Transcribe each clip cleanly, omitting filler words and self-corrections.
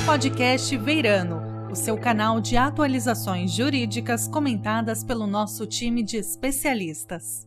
Podcast Veirano, o seu canal de atualizações jurídicas comentadas pelo nosso time de especialistas.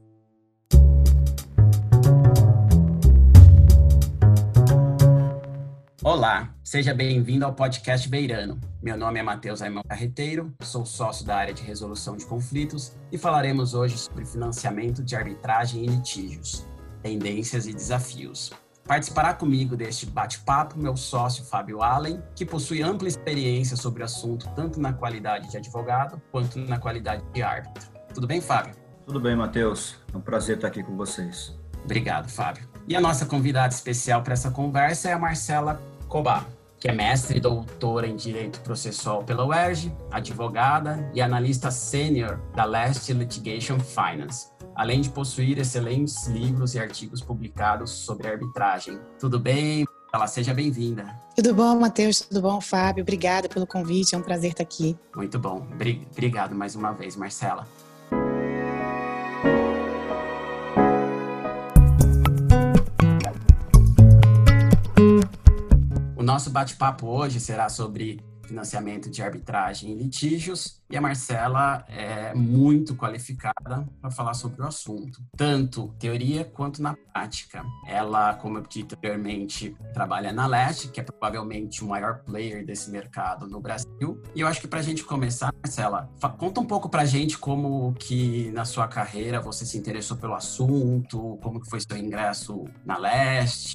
Olá, seja bem-vindo ao Podcast Veirano. Meu nome é Matheus Aimão Carreteiro, sou sócio da área de resolução de conflitos e falaremos hoje sobre financiamento de arbitragem e litígios, tendências e desafios. Participará comigo deste bate-papo meu sócio Fábio Allen, que possui ampla experiência sobre o assunto tanto na qualidade de advogado quanto na qualidade de árbitro. Tudo bem, Fábio? Tudo bem, Matheus. É um prazer estar aqui com vocês. Obrigado, Fábio. E a nossa convidada especial para essa conversa é a Marcela Cobá, que é mestre e doutora em Direito Processual pela UERJ, advogada e analista sênior da Last Litigation Finance, além de possuir excelentes livros e artigos publicados sobre arbitragem. Tudo bem? Ela seja bem-vinda. Tudo bom, Matheus? Tudo bom, Fábio? Obrigada pelo convite, é um prazer estar aqui. Muito bom. Obrigado mais uma vez, Marcela. O nosso bate-papo hoje será sobre financiamento de arbitragem e litígios, e a Marcela é muito qualificada para falar sobre o assunto, tanto teoria quanto na prática. Ela, como eu disse anteriormente, trabalha na Last, que é provavelmente o maior player desse mercado no Brasil. E eu acho que para a gente começar, Marcela, conta um pouco para a gente como que na sua carreira você se interessou pelo assunto, como que foi seu ingresso na Last.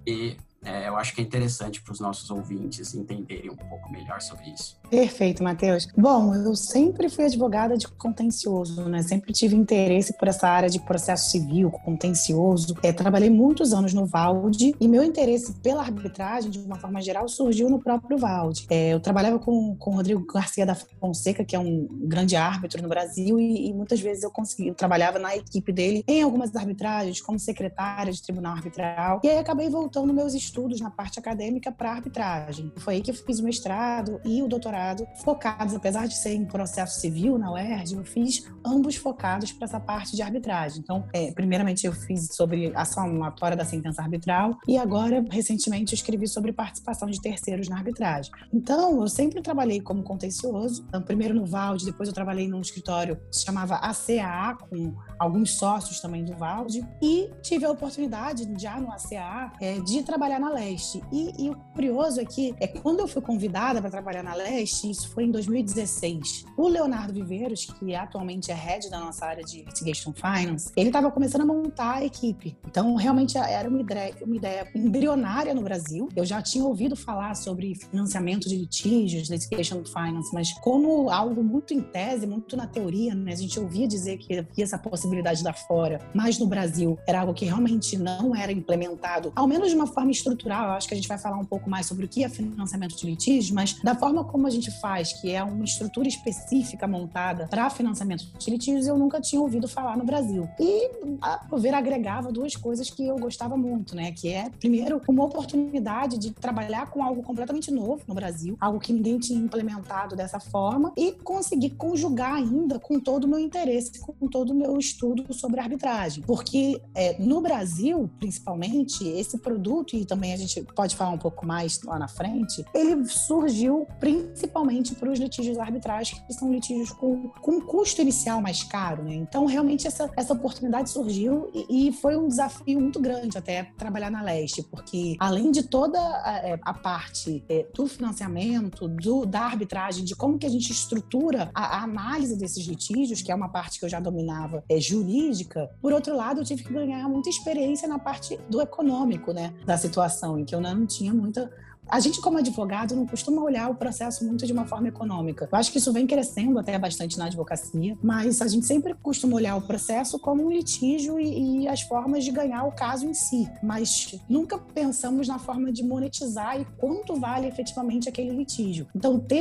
Eu acho que é interessante para os nossos ouvintes entenderem um pouco melhor sobre isso. Perfeito, Matheus. Bom, eu sempre fui advogada de contencioso, né? Sempre tive interesse por essa área de processo civil, contencioso. Trabalhei muitos anos no Valde e meu interesse pela arbitragem, de uma forma geral, surgiu no próprio Valde. Eu trabalhava com o Rodrigo Garcia da Fonseca, que é um grande árbitro no Brasil, e muitas vezes eu trabalhava na equipe dele em algumas arbitragens, como secretária de tribunal arbitral, e aí acabei voltando meus estudos na parte acadêmica para arbitragem. Foi aí que eu fiz o mestrado e o doutorado focados, apesar de ser em processo civil na UERJ, eu fiz ambos focados para essa parte de arbitragem. Então, primeiramente eu fiz sobre ação anulatória da sentença arbitral e agora, recentemente, eu escrevi sobre participação de terceiros na arbitragem. Então, eu sempre trabalhei como contencioso, então, primeiro no Valde, depois eu trabalhei num escritório que se chamava ACAA, com alguns sócios também do Valde, e tive a oportunidade, já no ACAA, de trabalhar na Leste. E o curioso é que, quando eu fui convidada para trabalhar na Leste, isso foi em 2016. O Leonardo Viveiros, que atualmente é head da nossa área de Litigation Finance, ele estava começando a montar a equipe. Então, realmente era uma ideia embrionária no Brasil. Eu já tinha ouvido falar sobre financiamento de litígios, Litigation Finance, mas como algo muito em tese, muito na teoria, né? A gente ouvia dizer que havia essa possibilidade lá fora, mas no Brasil era algo que realmente não era implementado, ao menos de uma forma estrutural. Eu acho que a gente vai falar um pouco mais sobre o que é financiamento de litígios, mas da forma como a gente faz, que é uma estrutura específica montada para financiamento de litígios, eu nunca tinha ouvido falar no Brasil. E, a ver, agregava duas coisas que eu gostava muito, né? Que é, primeiro, uma oportunidade de trabalhar com algo completamente novo no Brasil, algo que ninguém tinha implementado dessa forma, e conseguir conjugar ainda com todo o meu interesse, com todo o meu estudo sobre arbitragem. Porque no Brasil, principalmente, esse produto, e também a gente pode falar um pouco mais lá na frente, ele surgiu principalmente para os litígios arbitrais, que são litígios com um custo inicial mais caro, né? Então, realmente, essa oportunidade surgiu e foi um desafio muito grande até trabalhar na Leste, porque além de toda a parte do financiamento, da arbitragem, de como que a gente estrutura a análise desses litígios, que é uma parte que eu já dominava jurídica, por outro lado, eu tive que ganhar muita experiência na parte do econômico, né, da situação, em que eu não tinha muita... A gente, como advogado, não costuma olhar o processo muito de uma forma econômica. Eu acho que isso vem crescendo até bastante na advocacia, mas a gente sempre costuma olhar o processo como um litígio e as formas de ganhar o caso em si, mas nunca pensamos na forma de monetizar e quanto vale efetivamente aquele litígio. Então, ter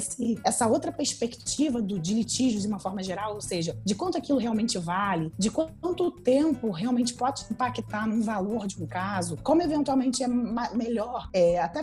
essa outra perspectiva de litígios de uma forma geral, ou seja, de quanto aquilo realmente vale, de quanto tempo realmente pode impactar no valor de um caso, como eventualmente é melhor, até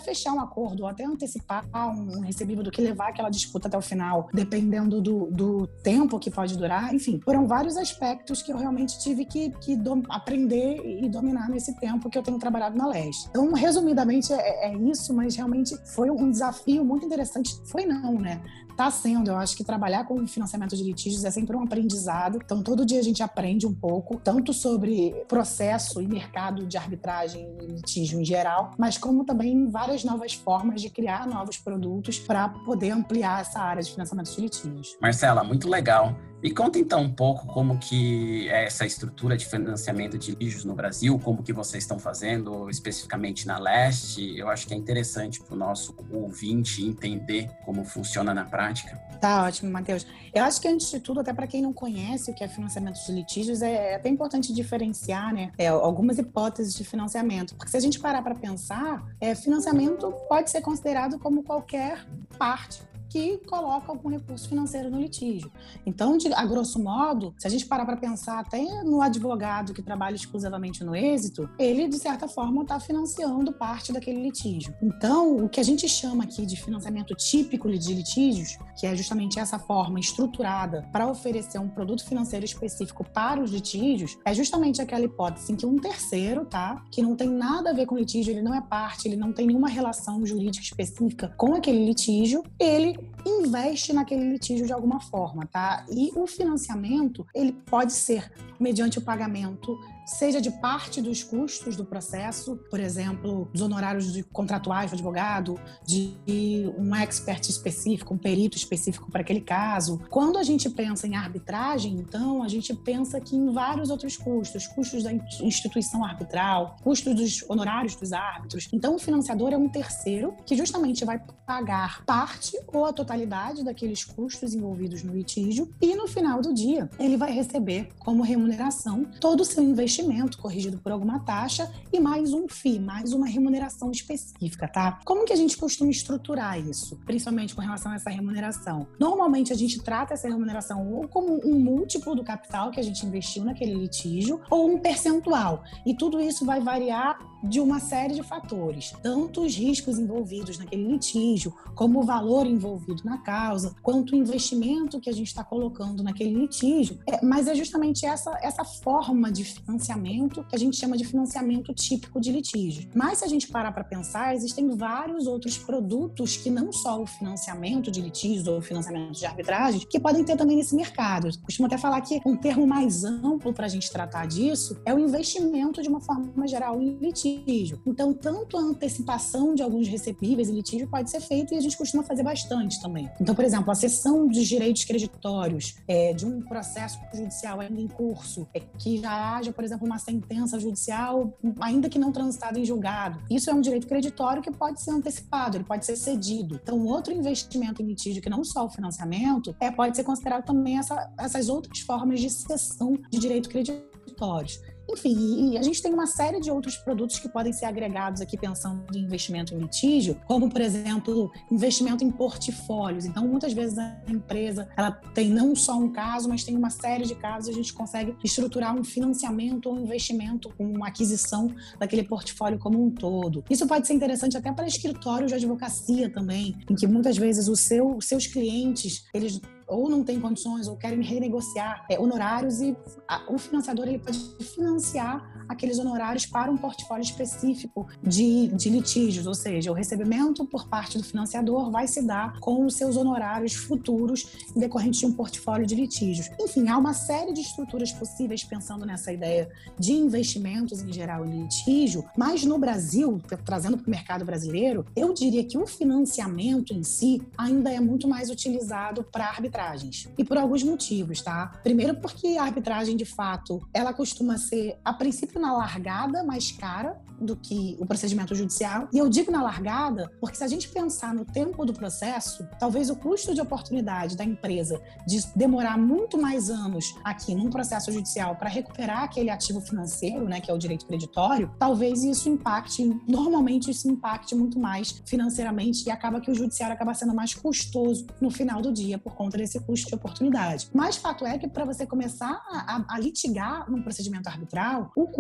fechar um acordo, ou até antecipar um recebível do que levar aquela disputa até o final, dependendo do tempo que pode durar. Enfim, foram vários aspectos que eu realmente tive que aprender e dominar nesse tempo que eu tenho trabalhado na Leste. Então, resumidamente, é isso, mas realmente foi um desafio muito interessante. Foi não, né? Tá sendo, eu acho que trabalhar com financiamento de litígios é sempre um aprendizado. Então, todo dia a gente aprende um pouco, tanto sobre processo e mercado de arbitragem e litígio em geral, mas como também várias novas formas de criar novos produtos para poder ampliar essa área de financiamento de litígios. Marcela, muito legal. Me conta então um pouco como que é essa estrutura de financiamento de litígios no Brasil, como que vocês estão fazendo especificamente na Leste. Eu acho que é interessante para o nosso ouvinte entender como funciona na prática. Tá ótimo, Matheus. Eu acho que, antes de tudo, até para quem não conhece o que é financiamento de litígios, é até importante diferenciar, né, algumas hipóteses de financiamento. Porque se a gente parar para pensar, financiamento pode ser considerado como qualquer parte que coloca algum recurso financeiro no litígio. Então, a grosso modo, se a gente parar para pensar até no advogado que trabalha exclusivamente no êxito, ele, de certa forma, está financiando parte daquele litígio. Então, o que a gente chama aqui de financiamento típico de litígios, que é justamente essa forma estruturada para oferecer um produto financeiro específico para os litígios, é justamente aquela hipótese em que um terceiro, tá, que não tem nada a ver com o litígio, ele não é parte, ele não tem nenhuma relação jurídica específica com aquele litígio, ele investe naquele litígio de alguma forma, tá? E o financiamento, ele pode ser mediante o pagamento, seja de parte dos custos do processo, por exemplo, dos honorários contratuais do advogado, de um expert específico, um perito específico para aquele caso. Quando a gente pensa em arbitragem, então, a gente pensa que em vários outros custos, custos da instituição arbitral, custos dos honorários dos árbitros. Então, o financiador é um terceiro que justamente vai pagar parte ou a totalidade daqueles custos envolvidos no litígio e, no final do dia, ele vai receber como remuneração todo o seu investimento corrigido por alguma taxa e mais um FII, mais uma remuneração específica, tá? Como que a gente costuma estruturar isso, principalmente com relação a essa remuneração? Normalmente a gente trata essa remuneração ou como um múltiplo do capital que a gente investiu naquele litígio ou um percentual. E tudo isso vai variar de uma série de fatores, tanto os riscos envolvidos naquele litígio, como o valor envolvido na causa, quanto o investimento que a gente está colocando naquele litígio. Mas é justamente essa forma de financiamento que a gente chama de financiamento típico de litígio. Mas se a gente parar para pensar, existem vários outros produtos que não só o financiamento de litígios ou o financiamento de arbitragem, que podem ter também nesse mercado. Eu costumo até falar que um termo mais amplo para a gente tratar disso é o investimento de uma forma geral em litígio. Então, tanto a antecipação de alguns recebíveis em litígio pode ser feita e a gente costuma fazer bastante também. Então, por exemplo, a cessão dos direitos creditórios de um processo judicial ainda em curso, que já haja, por exemplo, uma sentença judicial, ainda que não transitada em julgado. Isso é um direito creditório que pode ser antecipado, ele pode ser cedido. Então, outro investimento em litígio, que não só o financiamento, pode ser considerado também essas outras formas de cessão de direito creditórios. Enfim, e a gente tem uma série de outros produtos que podem ser agregados aqui pensando em investimento em litígio, como, por exemplo, investimento em portfólios. Então, muitas vezes a empresa ela tem não só um caso, mas tem uma série de casos e a gente consegue estruturar um financiamento ou um investimento com uma aquisição daquele portfólio como um todo. Isso pode ser interessante até para escritórios de advocacia também, em que muitas vezes os seus clientes, eles ou não têm condições ou querem renegociar honorários e o financiador ele pode financiar aqueles honorários para um portfólio específico de litígios, ou seja, o recebimento por parte do financiador vai se dar com os seus honorários futuros decorrentes de um portfólio de litígios. Enfim, há uma série de estruturas possíveis pensando nessa ideia de investimentos em geral em litígio, mas no Brasil, trazendo para o mercado brasileiro, eu diria que o financiamento em si ainda é muito mais utilizado para arbitragens. E por alguns motivos, tá? Primeiro porque a arbitragem, de fato, ela costuma ser, a princípio, na largada, mais cara do que o procedimento judicial. E eu digo na largada porque se a gente pensar no tempo do processo, talvez o custo de oportunidade da empresa de demorar muito mais anos aqui num processo judicial para recuperar aquele ativo financeiro, né, que é o direito creditório, talvez isso impacte, normalmente isso impacte muito mais financeiramente e acaba que o judiciário acaba sendo mais custoso no final do dia por conta desse custo de oportunidade. Mas fato é que para você começar a litigar num procedimento arbitral, o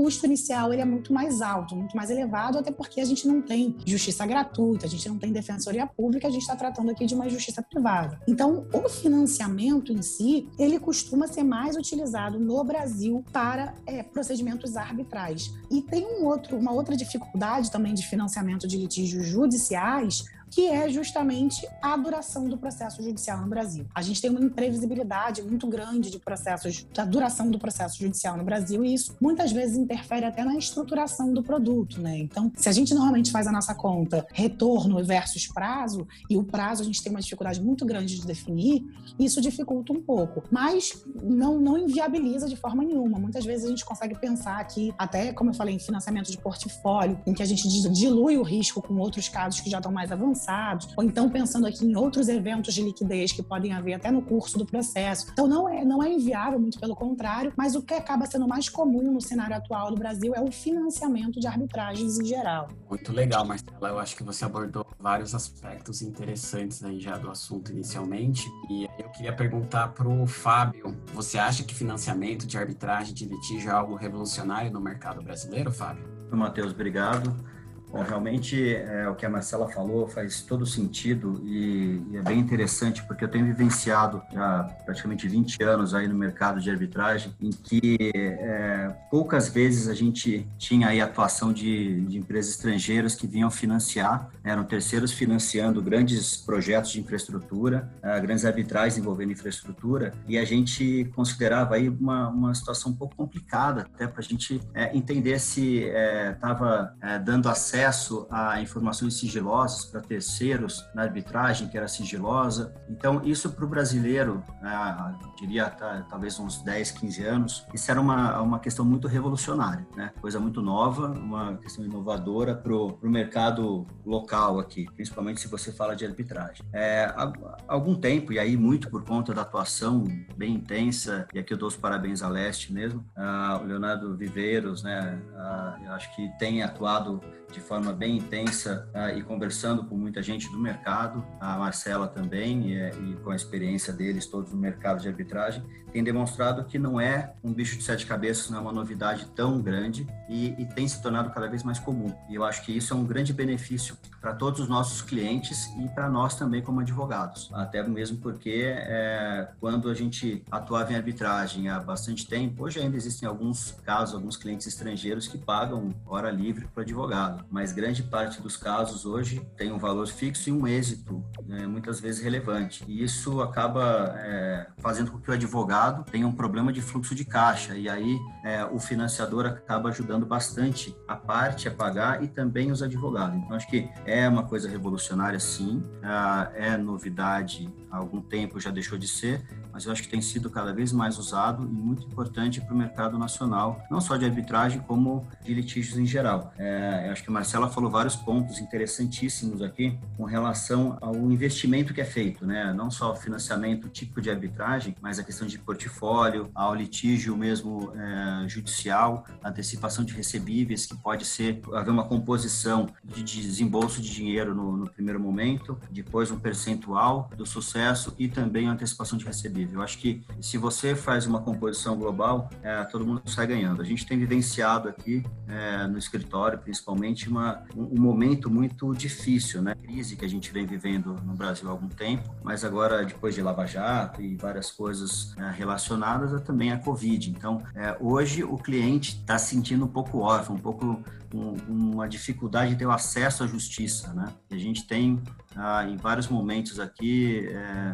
custo inicial ele é muito mais alto, muito mais elevado, até porque a gente não tem justiça gratuita, a gente não tem defensoria pública, a gente está tratando aqui de uma justiça privada. Então, o financiamento em si, ele costuma ser mais utilizado no Brasil para procedimentos arbitrais. E tem uma outra dificuldade também de financiamento de litígios judiciais, que é justamente a duração do processo judicial no Brasil. A gente tem uma imprevisibilidade muito grande da duração do processo judicial no Brasil, e isso muitas vezes interfere até na estruturação do produto, né? Então, se a gente normalmente faz a nossa conta retorno versus prazo, e o prazo a gente tem uma dificuldade muito grande de definir, isso dificulta um pouco, mas não inviabiliza de forma nenhuma. Muitas vezes a gente consegue pensar aqui, até como eu falei, em financiamento de portfólio, em que a gente dilui o risco com outros casos que já estão mais avançados, ou então pensando aqui em outros eventos de liquidez que podem haver até no curso do processo. Então não é inviável, muito pelo contrário, mas o que acaba sendo mais comum no cenário atual do Brasil é o financiamento de arbitragens em geral. Muito legal, Marcela. Eu acho que você abordou vários aspectos interessantes aí já do assunto inicialmente. E eu queria perguntar para o Fábio, você acha que financiamento de arbitragem de litígio é algo revolucionário no mercado brasileiro, Fábio? Matheus, obrigado. Bom, realmente, o que a Marcela falou faz todo sentido e é bem interessante, porque eu tenho vivenciado já praticamente 20 anos aí no mercado de arbitragem, em que poucas vezes a gente tinha aí a atuação de empresas estrangeiras que vinham financiar, eram terceiros financiando grandes projetos de infraestrutura, grandes arbitragens envolvendo infraestrutura, e a gente considerava aí uma situação um pouco complicada, até para a gente entender se estava dando acesso a informações sigilosas para terceiros na arbitragem, que era sigilosa. Então, isso para o brasileiro, diria talvez uns 10, 15 anos, isso era uma questão muito revolucionária, né? Coisa muito nova, uma questão inovadora para o mercado local aqui, principalmente se você fala de arbitragem. Há algum tempo, e aí muito por conta da atuação bem intensa, e aqui eu dou os parabéns à Leste mesmo, o Leonardo Viveiros, né? Eu acho que tem atuado de forma bem intensa e conversando com muita gente do mercado, a Marcela também, e com a experiência deles todos no mercado de arbitragem, tem demonstrado que não é um bicho de 7 cabeças, não é uma novidade tão grande e tem se tornado cada vez mais comum. E eu acho que isso é um grande benefício para todos os nossos clientes e para nós também como advogados. Até mesmo porque quando a gente atuava em arbitragem há bastante tempo, hoje ainda existem alguns casos, alguns clientes estrangeiros que pagam hora livre para o advogado, mas grande parte dos casos hoje tem um valor fixo e um êxito, muitas vezes relevante. E isso acaba fazendo com que o advogado tenha um problema de fluxo de caixa, e aí o financiador acaba ajudando bastante a parte a pagar e também os advogados. Então, acho que é uma coisa revolucionária, sim, é novidade, há algum tempo já deixou de ser, mas eu acho que tem sido cada vez mais usado e muito importante para o mercado nacional, não só de arbitragem, como de litígios em geral. Eu acho que a Marcela falou vários pontos interessantíssimos aqui com relação ao investimento que é feito, né? Não só o financiamento típico de arbitragem, mas a questão de portfólio, ao litígio mesmo judicial, antecipação de recebíveis, que pode haver uma composição de desembolso de dinheiro no primeiro momento, depois um percentual do sucesso e também a antecipação de recebível. Eu acho que se você faz uma composição global, todo mundo sai ganhando. A gente tem vivenciado aqui no escritório, principalmente, um momento muito difícil, né? Crise que a gente vem vivendo no Brasil há algum tempo, mas agora, depois de Lava Jato e várias coisas relacionadas também à Covid. Então, hoje o cliente está se sentindo um pouco órfão, um pouco uma dificuldade de ter o acesso à justiça, né? E a gente tem, em vários momentos aqui,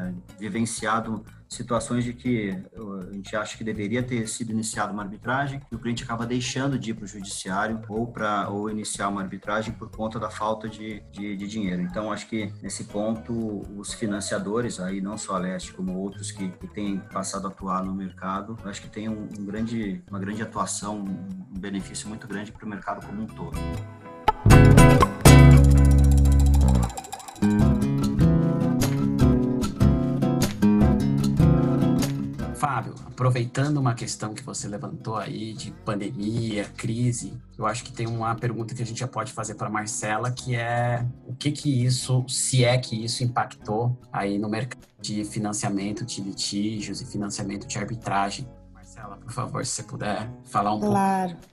vivenciado situações de que a gente acha que deveria ter sido iniciada uma arbitragem e o cliente acaba deixando de ir para o judiciário ou iniciar uma arbitragem por conta da falta de dinheiro. Então, acho que nesse ponto, os financiadores, aí não só a Leste, como outros que têm passado a atuar no mercado, acho que tem uma grande atuação, um benefício muito grande para o mercado como um todo. Fábio, aproveitando uma questão que você levantou aí de pandemia, crise, eu acho que tem uma pergunta que a gente já pode fazer para a Marcela, que é o que isso, se é que isso impactou aí no mercado de financiamento de litígios e financiamento de arbitragem. Marcela, por favor, se você puder falar um pouco. Claro.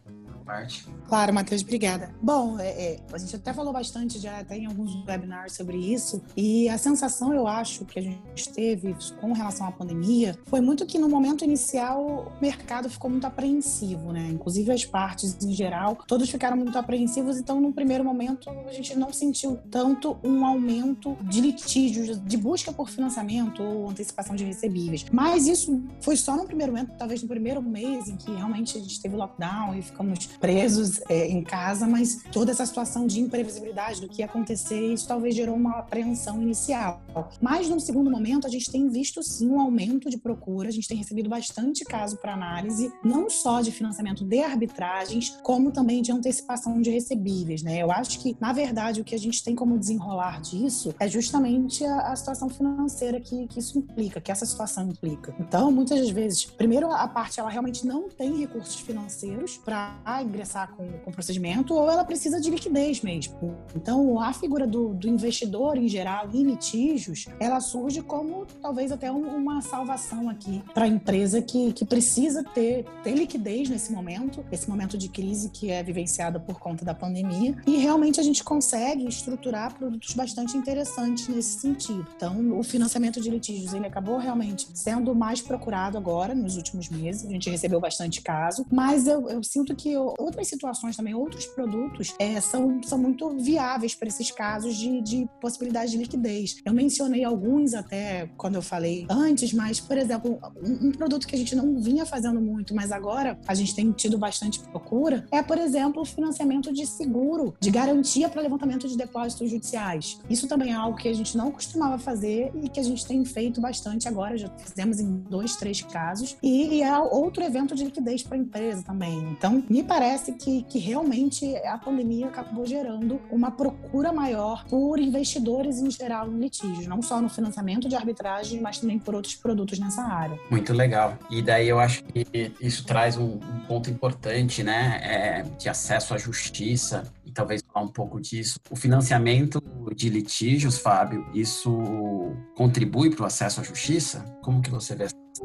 parte. Claro, Matheus, obrigada. Bom, a gente até falou bastante, já tem alguns webinars sobre isso, e a sensação, eu acho, que a gente teve com relação à pandemia, foi muito que no momento inicial o mercado ficou muito apreensivo, né? Inclusive as partes em geral, todos ficaram muito apreensivos, então no primeiro momento a gente não sentiu tanto um aumento de litígios, de busca por financiamento ou antecipação de recebíveis. Mas isso foi só no primeiro momento, talvez no primeiro mês em que realmente a gente teve lockdown e ficamos presos em casa, mas toda essa situação de imprevisibilidade do que ia acontecer, isso talvez gerou uma apreensão inicial. Mas no segundo momento a gente tem visto sim um aumento de procura, a gente tem recebido bastante caso para análise, não só de financiamento de arbitragens, como também de antecipação de recebíveis, né? Eu acho que, na verdade, o que a gente tem como desenrolar disso é justamente a situação financeira que isso implica, que essa situação implica. Então, muitas das vezes, primeiro a parte ela realmente não tem recursos financeiros para ingressar com o procedimento, ou ela precisa de liquidez mesmo. Então, a figura do investidor em geral em litígios, ela surge como talvez até uma salvação aqui para a empresa que precisa ter liquidez nesse momento, esse momento de crise que é vivenciada por conta da pandemia, e realmente a gente consegue estruturar produtos bastante interessantes nesse sentido. Então, o financiamento de litígios, ele acabou realmente sendo mais procurado agora, nos últimos meses, a gente recebeu bastante caso, mas eu sinto que outras situações também, outros produtos são muito viáveis para esses casos de possibilidade de liquidez. Eu mencionei alguns até quando eu falei antes, mas, por exemplo, um produto que a gente não vinha fazendo muito, mas agora a gente tem tido bastante procura, é, por exemplo, o financiamento de seguro, de garantia para levantamento de depósitos judiciais. Isso também é algo que a gente não costumava fazer e que a gente tem feito bastante agora, já fizemos em 2, 3 casos, e é outro evento de liquidez para a empresa também. Então, me parece que realmente a pandemia acabou gerando uma procura maior por investidores em geral em litígios, não só no financiamento de arbitragem, mas também por outros produtos nessa área. Muito legal. E daí eu acho que isso traz um ponto importante, né, de acesso à justiça, e talvez falar um pouco disso. O financiamento de litígios, Fábio, isso contribui para o acesso à justiça? Como que você vê?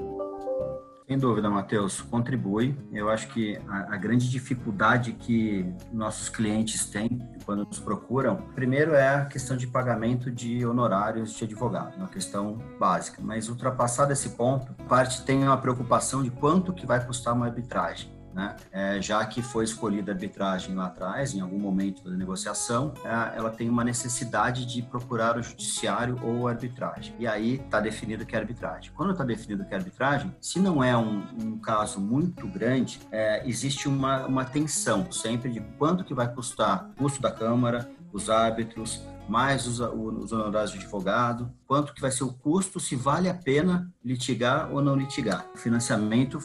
Sem dúvida, Matheus, contribui. Eu acho que a grande dificuldade que nossos clientes têm quando nos procuram, primeiro é a questão de pagamento de honorários de advogado, uma questão básica. Mas ultrapassado esse ponto, a parte tem uma preocupação de quanto que vai custar uma arbitragem, né? Já que foi escolhida a arbitragem lá atrás, em algum momento da negociação, ela tem uma necessidade de procurar o judiciário ou a arbitragem. E aí está definido que é arbitragem. Quando está definido que é arbitragem, se não é um caso muito grande, existe uma tensão sempre de quanto que vai custar o custo da Câmara, os árbitros, mais os honorários de advogado, quanto que vai ser o custo, se vale a pena litigar ou não litigar. O financiamento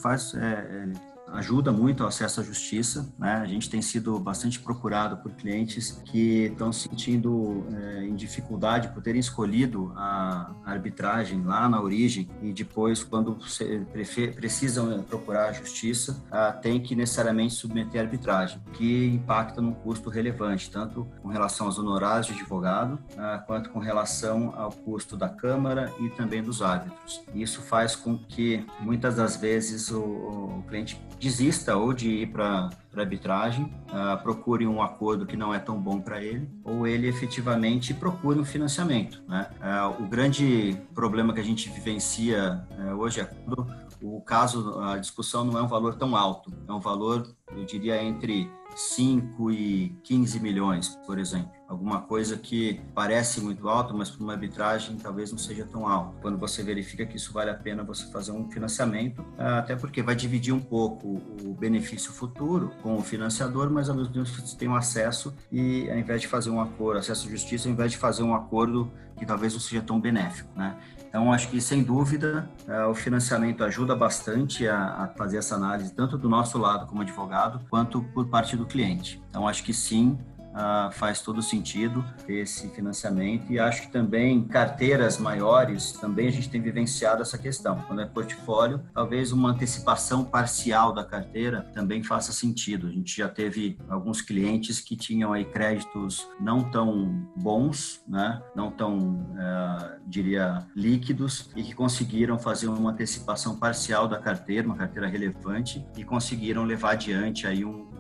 ajuda muito ao acesso à justiça, né? A gente tem sido bastante procurado por clientes que estão se sentindo em dificuldade por terem escolhido a arbitragem lá na origem e depois, quando precisam procurar a justiça, tem que necessariamente submeter a arbitragem, que impacta num custo relevante, tanto com relação aos honorários de advogado, quanto com relação ao custo da Câmara e também dos árbitros. Isso faz com que, muitas das vezes, o cliente desista ou de ir para arbitragem, procure um acordo que não é tão bom para ele, ou ele efetivamente procure um financiamento, né? O grande problema que a gente vivencia hoje é quando a discussão não é um valor tão alto, é um valor, eu diria, entre 5 e 15 milhões, por exemplo. Alguma coisa que parece muito alto, mas para uma arbitragem talvez não seja tão alto. Quando você verifica que isso vale a pena você fazer um financiamento, até porque vai dividir um pouco o benefício futuro com o financiador, mas ao mesmo tempo você tem um acesso e ao invés de fazer um acordo, acesso à justiça, ao invés de fazer um acordo que talvez não seja tão benéfico, né? Então, acho que, sem dúvida, o financiamento ajuda bastante a fazer essa análise, tanto do nosso lado como advogado, quanto por parte do cliente. Então, acho que sim, faz todo sentido esse financiamento, e acho que também carteiras maiores, também a gente tem vivenciado essa questão. Quando é portfólio, talvez uma antecipação parcial da carteira também faça sentido. A gente já teve alguns clientes que tinham aí créditos não tão bons, né? Não tão, diria, líquidos, e que conseguiram fazer uma antecipação parcial da carteira, uma carteira relevante, e conseguiram levar adiante aí um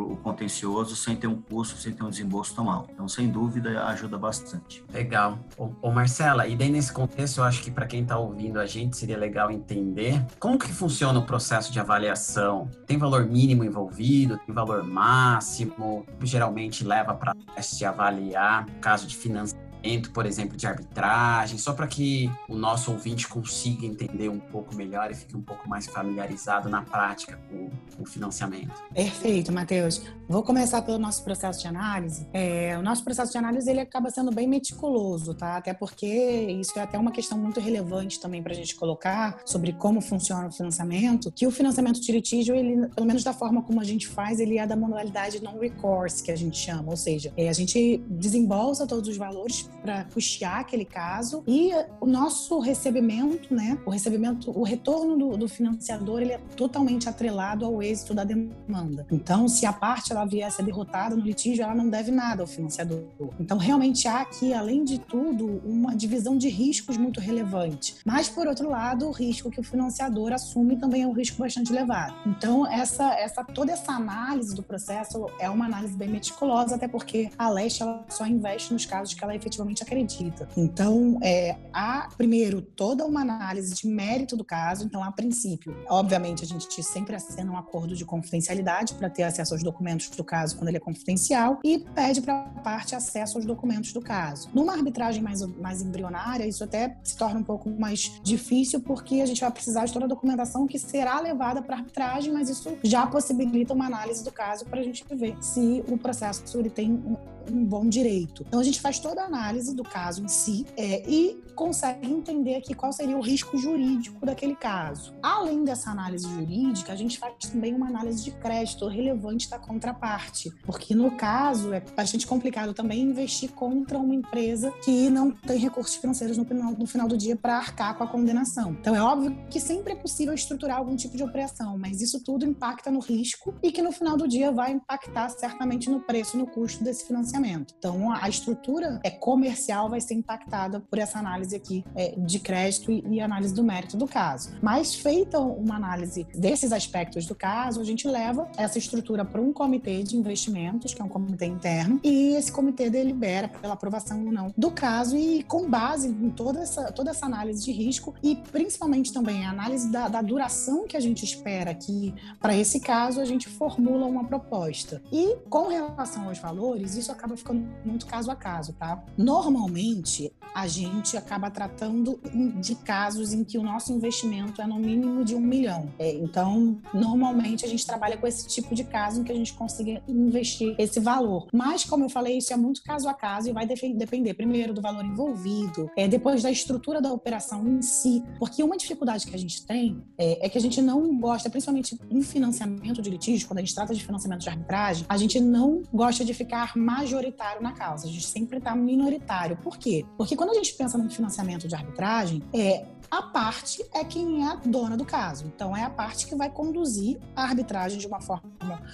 o contencioso sem ter um custo, sem ter um desembolso tão alto. Então, sem dúvida, ajuda bastante. Legal. Ô Marcela, e daí nesse contexto, eu acho que para quem está ouvindo a gente, seria legal entender como que funciona o processo de avaliação. Tem valor mínimo envolvido? Tem valor máximo? Geralmente leva para se avaliar caso de financiamento, por exemplo, de arbitragem, só para que o nosso ouvinte consiga entender um pouco melhor e fique um pouco mais familiarizado na prática com o financiamento. Perfeito, Matheus. Vou começar pelo nosso processo de análise. O nosso processo de análise ele acaba sendo bem meticuloso, tá? Até porque isso é até uma questão muito relevante também para a gente colocar sobre como funciona o financiamento, que o financiamento de litígio, ele, pelo menos da forma como a gente faz, ele é da modalidade non-recourse, que a gente chama, ou seja, a gente desembolsa todos os valores para custear aquele caso e o nosso recebimento, né? O retorno do financiador, ele é totalmente atrelado ao êxito da demanda. Então, se a parte ela vier a ser derrotada no litígio, ela não deve nada ao financiador. Então, realmente há aqui, além de tudo, uma divisão de riscos muito relevante. Mas, por outro lado, o risco que o financiador assume também é um risco bastante elevado. Então, toda essa análise do processo é uma análise bem meticulosa, até porque a Leste ela só investe nos casos que ela efetivamente acredita. Então, há, primeiro, toda uma análise de mérito do caso. Então, a princípio, obviamente, a gente sempre assina um acordo de confidencialidade para ter acesso aos documentos do caso quando ele é confidencial e pede para a parte acesso aos documentos do caso. Numa arbitragem mais embrionária, isso até se torna um pouco mais difícil porque a gente vai precisar de toda a documentação que será levada para a arbitragem, mas isso já possibilita uma análise do caso para a gente ver se o processo ele tem um bom direito. Então, a gente faz toda a análise do caso em si e consegue entender aqui qual seria o risco jurídico daquele caso. Além dessa análise jurídica, a gente faz também uma análise de crédito relevante da contraparte, porque no caso é bastante complicado também investir contra uma empresa que não tem recursos financeiros no final do dia para arcar com a condenação. Então, é óbvio que sempre é possível estruturar algum tipo de operação, mas isso tudo impacta no risco e que no final do dia vai impactar certamente no preço, no custo desse financiamento. Então, a estrutura comercial vai ser impactada por essa análise aqui de crédito e análise do mérito do caso. Mas, feita uma análise desses aspectos do caso, a gente leva essa estrutura para um comitê de investimentos, que é um comitê interno, e esse comitê delibera pela aprovação ou não do caso e com base em toda essa análise de risco e principalmente também a análise da duração que a gente espera aqui para esse caso, a gente formula uma proposta. E com relação aos valores, isso acaba ficando muito caso a caso, tá? Normalmente, a gente acaba tratando de casos em que o nosso investimento é no mínimo de 1 milhão. Então, normalmente, a gente trabalha com esse tipo de caso em que a gente consiga investir esse valor. Mas, como eu falei, isso é muito caso a caso e vai depender, primeiro, do valor envolvido, depois da estrutura da operação em si. Porque uma dificuldade que a gente tem é que a gente não gosta, principalmente em financiamento de litígio, quando a gente trata de financiamento de arbitragem, a gente não gosta de ficar majoritário na causa. A gente sempre está minoritário. Por quê? Porque quando a gente pensa no financiamento de arbitragem, a parte é quem é a dona do caso. Então, é a parte que vai conduzir a arbitragem de uma forma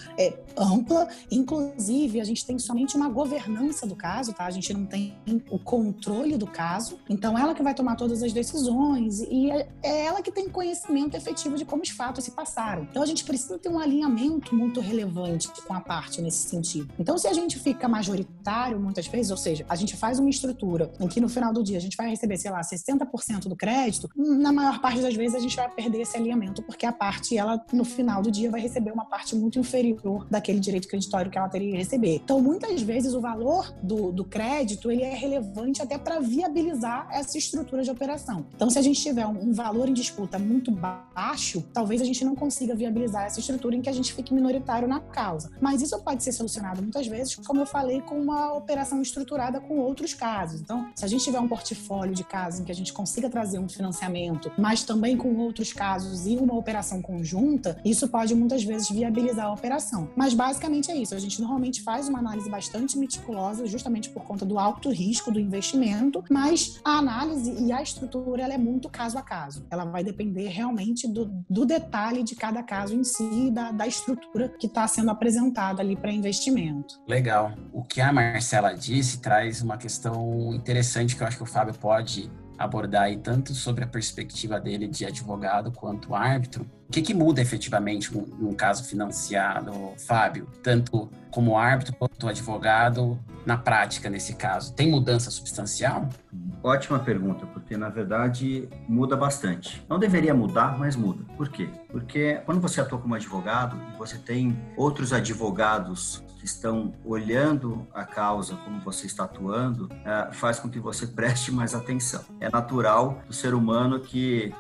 ampla. Inclusive, a gente tem somente uma governança do caso, tá? A gente não tem o controle do caso. Então, ela que vai tomar todas as decisões e é ela que tem conhecimento efetivo de como os fatos se passaram. Então, a gente precisa ter um alinhamento muito relevante com a parte nesse sentido. Então, se a gente fica majoritário muitas vezes, ou seja, a gente faz uma estrutura em que no final do dia a gente vai receber, sei lá, 60% do crédito, na maior parte das vezes a gente vai perder esse alinhamento, porque a parte, ela, no final do dia, vai receber uma parte muito inferior daquele direito creditório que ela teria que receber. Então, muitas vezes, o valor do crédito, ele é relevante até para viabilizar essa estrutura de operação. Então, se a gente tiver um valor em disputa muito baixo, talvez a gente não consiga viabilizar essa estrutura em que a gente fique minoritário na causa. Mas isso pode ser solucionado muitas vezes, como eu falei, com uma operação estruturada com outros casos. Então, se a gente tiver um portfólio de casos em que a gente consiga trazer um financiamento, mas também com outros casos e uma operação conjunta, isso pode muitas vezes viabilizar a operação. Mas basicamente é isso. A gente normalmente faz uma análise bastante meticulosa, justamente por conta do alto risco do investimento, mas a análise e a estrutura, ela é muito caso a caso. Ela vai depender realmente do detalhe de cada caso em si, da estrutura que está sendo apresentada ali para investimento. Legal. O que a Marcela disse traz uma questão interessante que eu acho que o Fábio pode abordar aí tanto sobre a perspectiva dele de advogado quanto árbitro. O que muda efetivamente num caso financiado, Fábio? Tanto como árbitro quanto advogado na prática nesse caso. Tem mudança substancial? Ótima pergunta, porque na verdade muda bastante. Não deveria mudar, mas muda. Por quê? Porque quando você atua como advogado e você tem outros advogados que estão olhando a causa como você está atuando, faz com que você preste mais atenção. É natural do ser humano que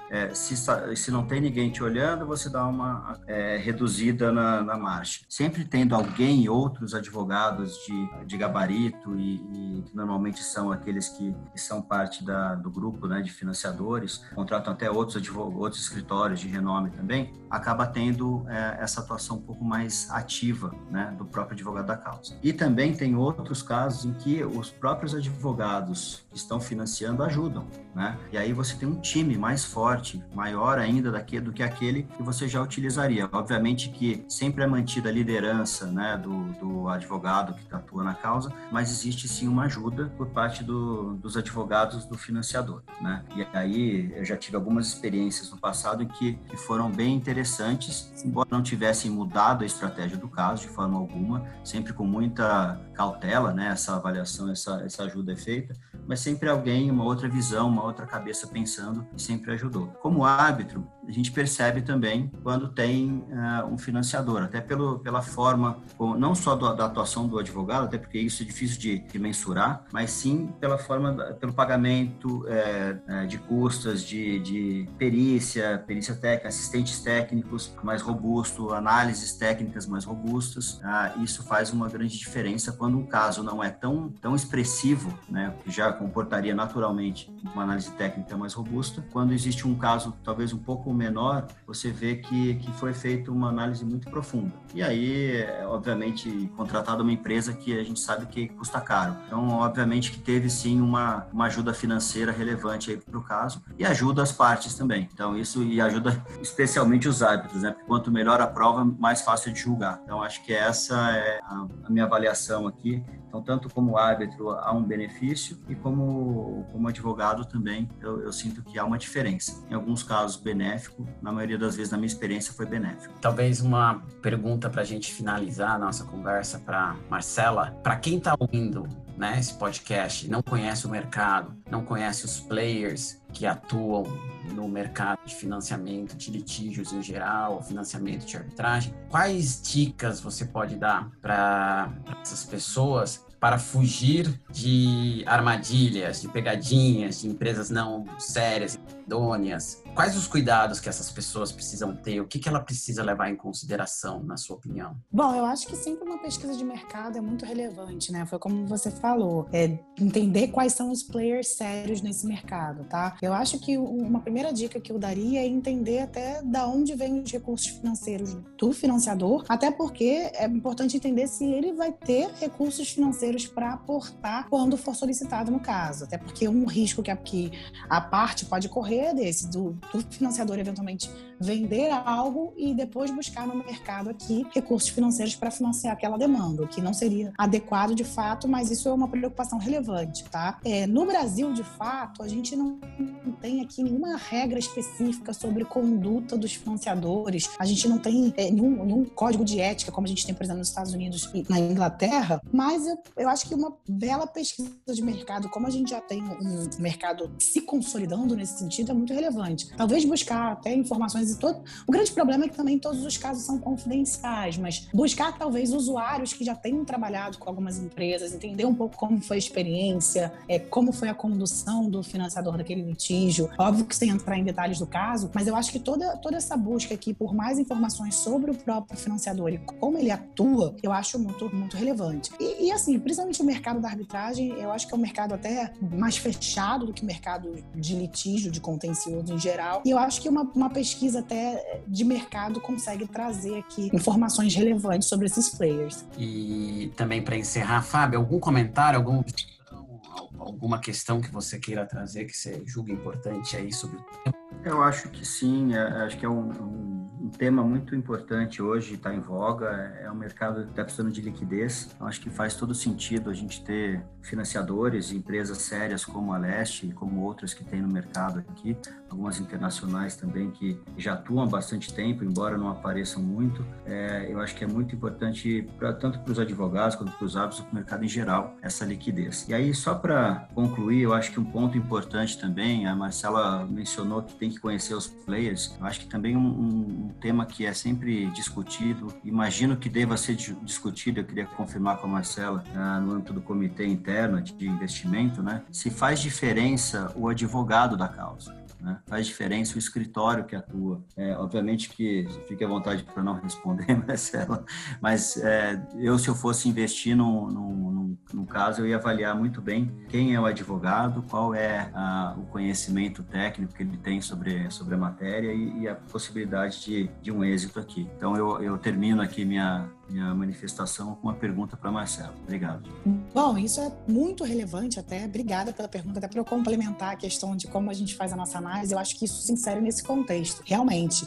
se não tem ninguém te olhando, você dá uma reduzida na marcha. Sempre tendo alguém, outros advogados de gabarito e que normalmente são aqueles que são parte do grupo, né, de financiadores, contratam até outros escritórios de renome também, acaba tendo essa atuação um pouco mais ativa, né, do próprio advogado da causa. E também tem outros casos em que os próprios advogados que estão financiando ajudam, né? E aí você tem um time mais forte, maior ainda do que aquele que você já utilizaria. Obviamente que sempre é mantida a liderança, né, do advogado que atua na causa, mas existe sim uma ajuda por parte dos advogados do financiador, né? E aí eu já tive algumas experiências no passado em que foram bem interessantes, embora não tivessem mudado a estratégia do caso de forma alguma, sempre com muita cautela, né? Essa avaliação, essa ajuda é feita, mas sempre alguém, uma outra visão, uma outra cabeça pensando e sempre ajudou. Como árbitro, a gente percebe também quando tem um financiador, até pela forma, não só da atuação do advogado, até porque isso é difícil de mensurar, mas sim pela forma, pelo pagamento de custas, de perícia técnica, assistentes técnicos mais robustos, análises técnicas mais robustas. Isso faz uma grande diferença quando um caso não é tão expressivo, né, que já comportaria naturalmente uma análise técnica mais robusta. Quando existe um caso talvez um pouco menor, você vê que foi feita uma análise muito profunda. E aí, obviamente, contratada uma empresa que a gente sabe que custa caro. Então, obviamente que teve sim uma ajuda financeira relevante aí para o caso e ajuda as partes também. Então, isso e ajuda especialmente os árbitros, né? Porque quanto melhor a prova, mais fácil de julgar. Então, acho que essa é a minha avaliação aqui. Então, tanto como árbitro há um benefício e como advogado também eu sinto que há uma diferença. Em alguns casos benéfico, na maioria das vezes na minha experiência foi benéfico. Talvez uma pergunta para a gente finalizar a nossa conversa para Marcela. Para quem está ouvindo, né, esse podcast, não conhece o mercado, não conhece os players que atuam no mercado de financiamento de litígios em geral, financiamento de arbitragem, quais dicas você pode dar para essas pessoas para fugir de armadilhas, de pegadinhas, de empresas não sérias, idôneas? Quais os cuidados que essas pessoas precisam ter? O que ela precisa levar em consideração, na sua opinião? Bom, eu acho que sempre uma pesquisa de mercado é muito relevante, né? Foi como você falou, entender quais são os players sérios nesse mercado, tá? Eu acho que uma primeira dica que eu daria é entender até da onde vêm os recursos financeiros do financiador, até porque é importante entender se ele vai ter recursos financeiros para aportar quando for solicitado no caso, até porque um risco que a parte pode correr é desse, do financiador eventualmente vender algo e depois buscar no mercado aqui recursos financeiros para financiar aquela demanda, o que não seria adequado de fato, mas isso é uma preocupação relevante, tá? No Brasil, de fato, a gente não tem aqui nenhuma regra específica sobre conduta dos financiadores, a gente não tem nenhum código de ética como a gente tem, por exemplo, nos Estados Unidos e na Inglaterra, mas eu acho que uma bela pesquisa de mercado, como a gente já tem um mercado se consolidando nesse sentido, é muito relevante. Talvez buscar até informações o grande problema é que também todos os casos são confidenciais, mas buscar talvez usuários que já tenham trabalhado com algumas empresas, entender um pouco como foi a experiência, como foi a condução do financiador daquele litígio. Óbvio que sem entrar em detalhes do caso, mas eu acho que toda essa busca aqui por mais informações sobre o próprio financiador e como ele atua, eu acho muito, muito relevante. E assim, principalmente o mercado da arbitragem, eu acho que é um mercado até mais fechado do que o mercado de litígio, de contencioso em geral, e eu acho que uma pesquisa até de mercado consegue trazer aqui informações relevantes sobre esses players. E também para encerrar, Fábio, algum comentário, alguma questão que você queira trazer, que você julga importante aí sobre o tema? Eu acho que sim, acho que é um tema muito importante hoje, está em voga, é o mercado que está precisando de liquidez. Então, acho que faz todo sentido a gente ter financiadores, empresas sérias como a Leste e como outras que tem no mercado aqui, algumas internacionais também que já atuam há bastante tempo, embora não apareçam muito. Eu acho que é muito importante, tanto para os advogados quanto para os árbitros, para o mercado em geral, essa liquidez. E aí, só para concluir, eu acho que um ponto importante também, a Marcela mencionou que tem que conhecer os players. Eu acho que também um tema que é sempre discutido, imagino que deva ser discutido, eu queria confirmar com a Marcela, no âmbito do comitê interno de investimento, né? Se faz diferença o advogado da causa. Né? Faz diferença o escritório que atua. Obviamente que fique à vontade para não responder, Marcela, mas se eu fosse investir num caso, eu ia avaliar muito bem quem é o advogado, qual é o conhecimento técnico que ele tem sobre a matéria e a possibilidade de um êxito aqui. Então, eu termino aqui minha manifestação com uma pergunta para a Marcela. Obrigado. Bom, isso é muito relevante até. Obrigada pela pergunta, até para eu complementar a questão de como a gente faz a nossa análise. Eu acho que isso se insere nesse contexto. Realmente,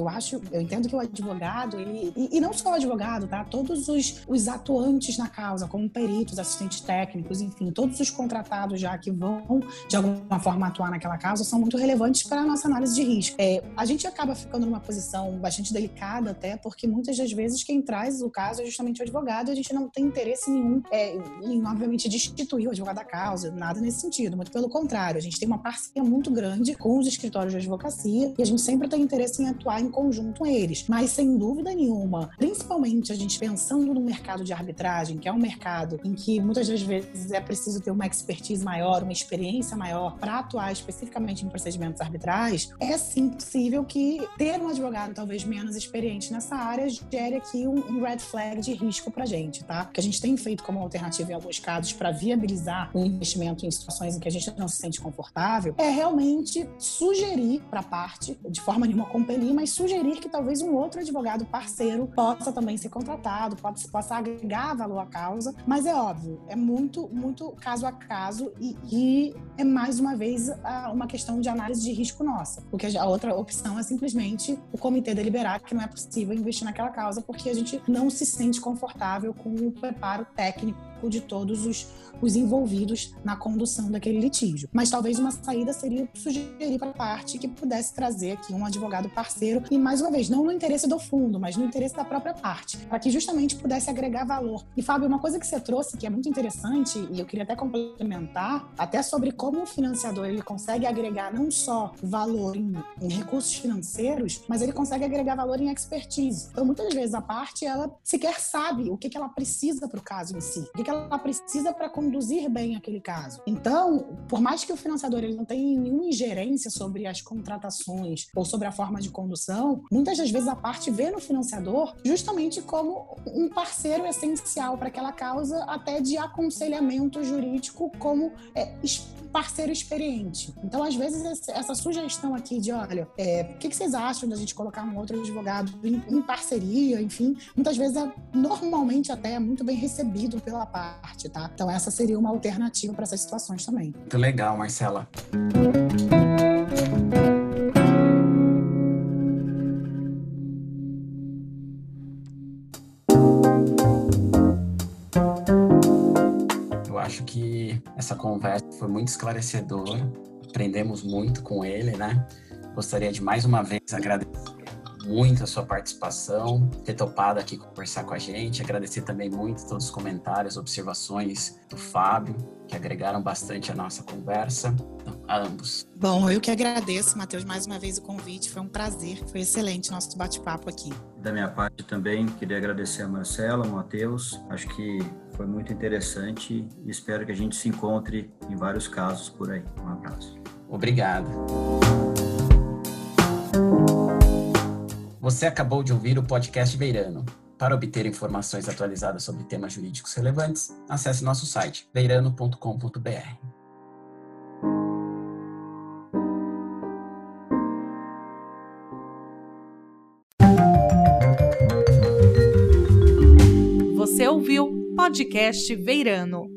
eu entendo que o advogado, e não só o advogado, tá? Todos os atuantes na causa, como peritos, assistentes técnicos, enfim, todos os contratados já que vão, de alguma forma, atuar naquela causa, são muito relevantes para a nossa análise de risco. A gente acaba ficando numa posição bastante delicada até, porque muitas das vezes quem traz o caso é justamente o advogado, e a gente não tem interesse nenhum em, obviamente, destituir o advogado da causa, nada nesse sentido, muito pelo contrário, a gente tem uma parceria muito grande com os escritórios de advocacia e a gente sempre tem interesse em atuar em conjunto com eles, mas sem dúvida nenhuma, principalmente a gente pensando no mercado de arbitragem, que é um mercado em que muitas das vezes é preciso ter uma expertise maior, uma experiência maior para atuar especificamente em procedimentos arbitrais, é sim possível que ter um advogado talvez menos experiente nessa área gere aqui um red flag de risco pra gente, tá? Porque a gente tem feito como alternativa em alguns casos para viabilizar o investimento em situações em que a gente não se sente confortável, é realmente sugerir pra parte, de forma nenhuma compelir, mas sugerir que talvez um outro advogado parceiro possa também ser contratado, possa agregar valor à causa, mas é óbvio, é muito, muito caso a caso e é mais uma vez uma questão de análise de risco nossa, porque a outra opção é simplesmente o comitê deliberar que não é possível investir naquela causa porque a gente não se sente confortável com o preparo técnico de todos os envolvidos na condução daquele litígio. Mas talvez uma saída seria sugerir para a parte que pudesse trazer aqui um advogado parceiro e, mais uma vez, não no interesse do fundo, mas no interesse da própria parte, para que justamente pudesse agregar valor. E, Fábio, uma coisa que você trouxe que é muito interessante, e eu queria até complementar, até sobre como o financiador ele consegue agregar não só valor em recursos financeiros, mas ele consegue agregar valor em expertise. Então, muitas vezes a parte, ela sequer sabe o que ela precisa para o caso em si, o que ela precisa para conduzir bem aquele caso. Então, por mais que o financiador ele não tenha nenhuma ingerência sobre as contratações ou sobre a forma de condução, muitas das vezes a parte vê no financiador justamente como um parceiro essencial para aquela causa, até de aconselhamento jurídico como parceiro experiente. Então, às vezes, essa sugestão aqui de, olha, o que vocês acham da gente colocar um outro advogado em parceria, enfim, muitas vezes normalmente até é muito bem recebido pela parte, tá? Então, essa seria uma alternativa para essas situações também. Muito legal, Marcela. Eu acho que essa conversa foi muito esclarecedora, aprendemos muito com ele, né? Gostaria de mais uma vez agradecer muito a sua participação, ter topado aqui conversar com a gente, agradecer também muito todos os comentários, observações do Fábio, que agregaram bastante a nossa conversa, a ambos. Bom, eu que agradeço, Matheus, mais uma vez o convite, foi um prazer, foi excelente o nosso bate-papo aqui. Da minha parte também, queria agradecer a Marcela, ao Matheus, acho que foi muito interessante e espero que a gente se encontre em vários casos por aí. Um abraço. Obrigado. Você acabou de ouvir o podcast Veirano. Para obter informações atualizadas sobre temas jurídicos relevantes, acesse nosso site veirano.com.br. Você ouviu Podcast Veirano.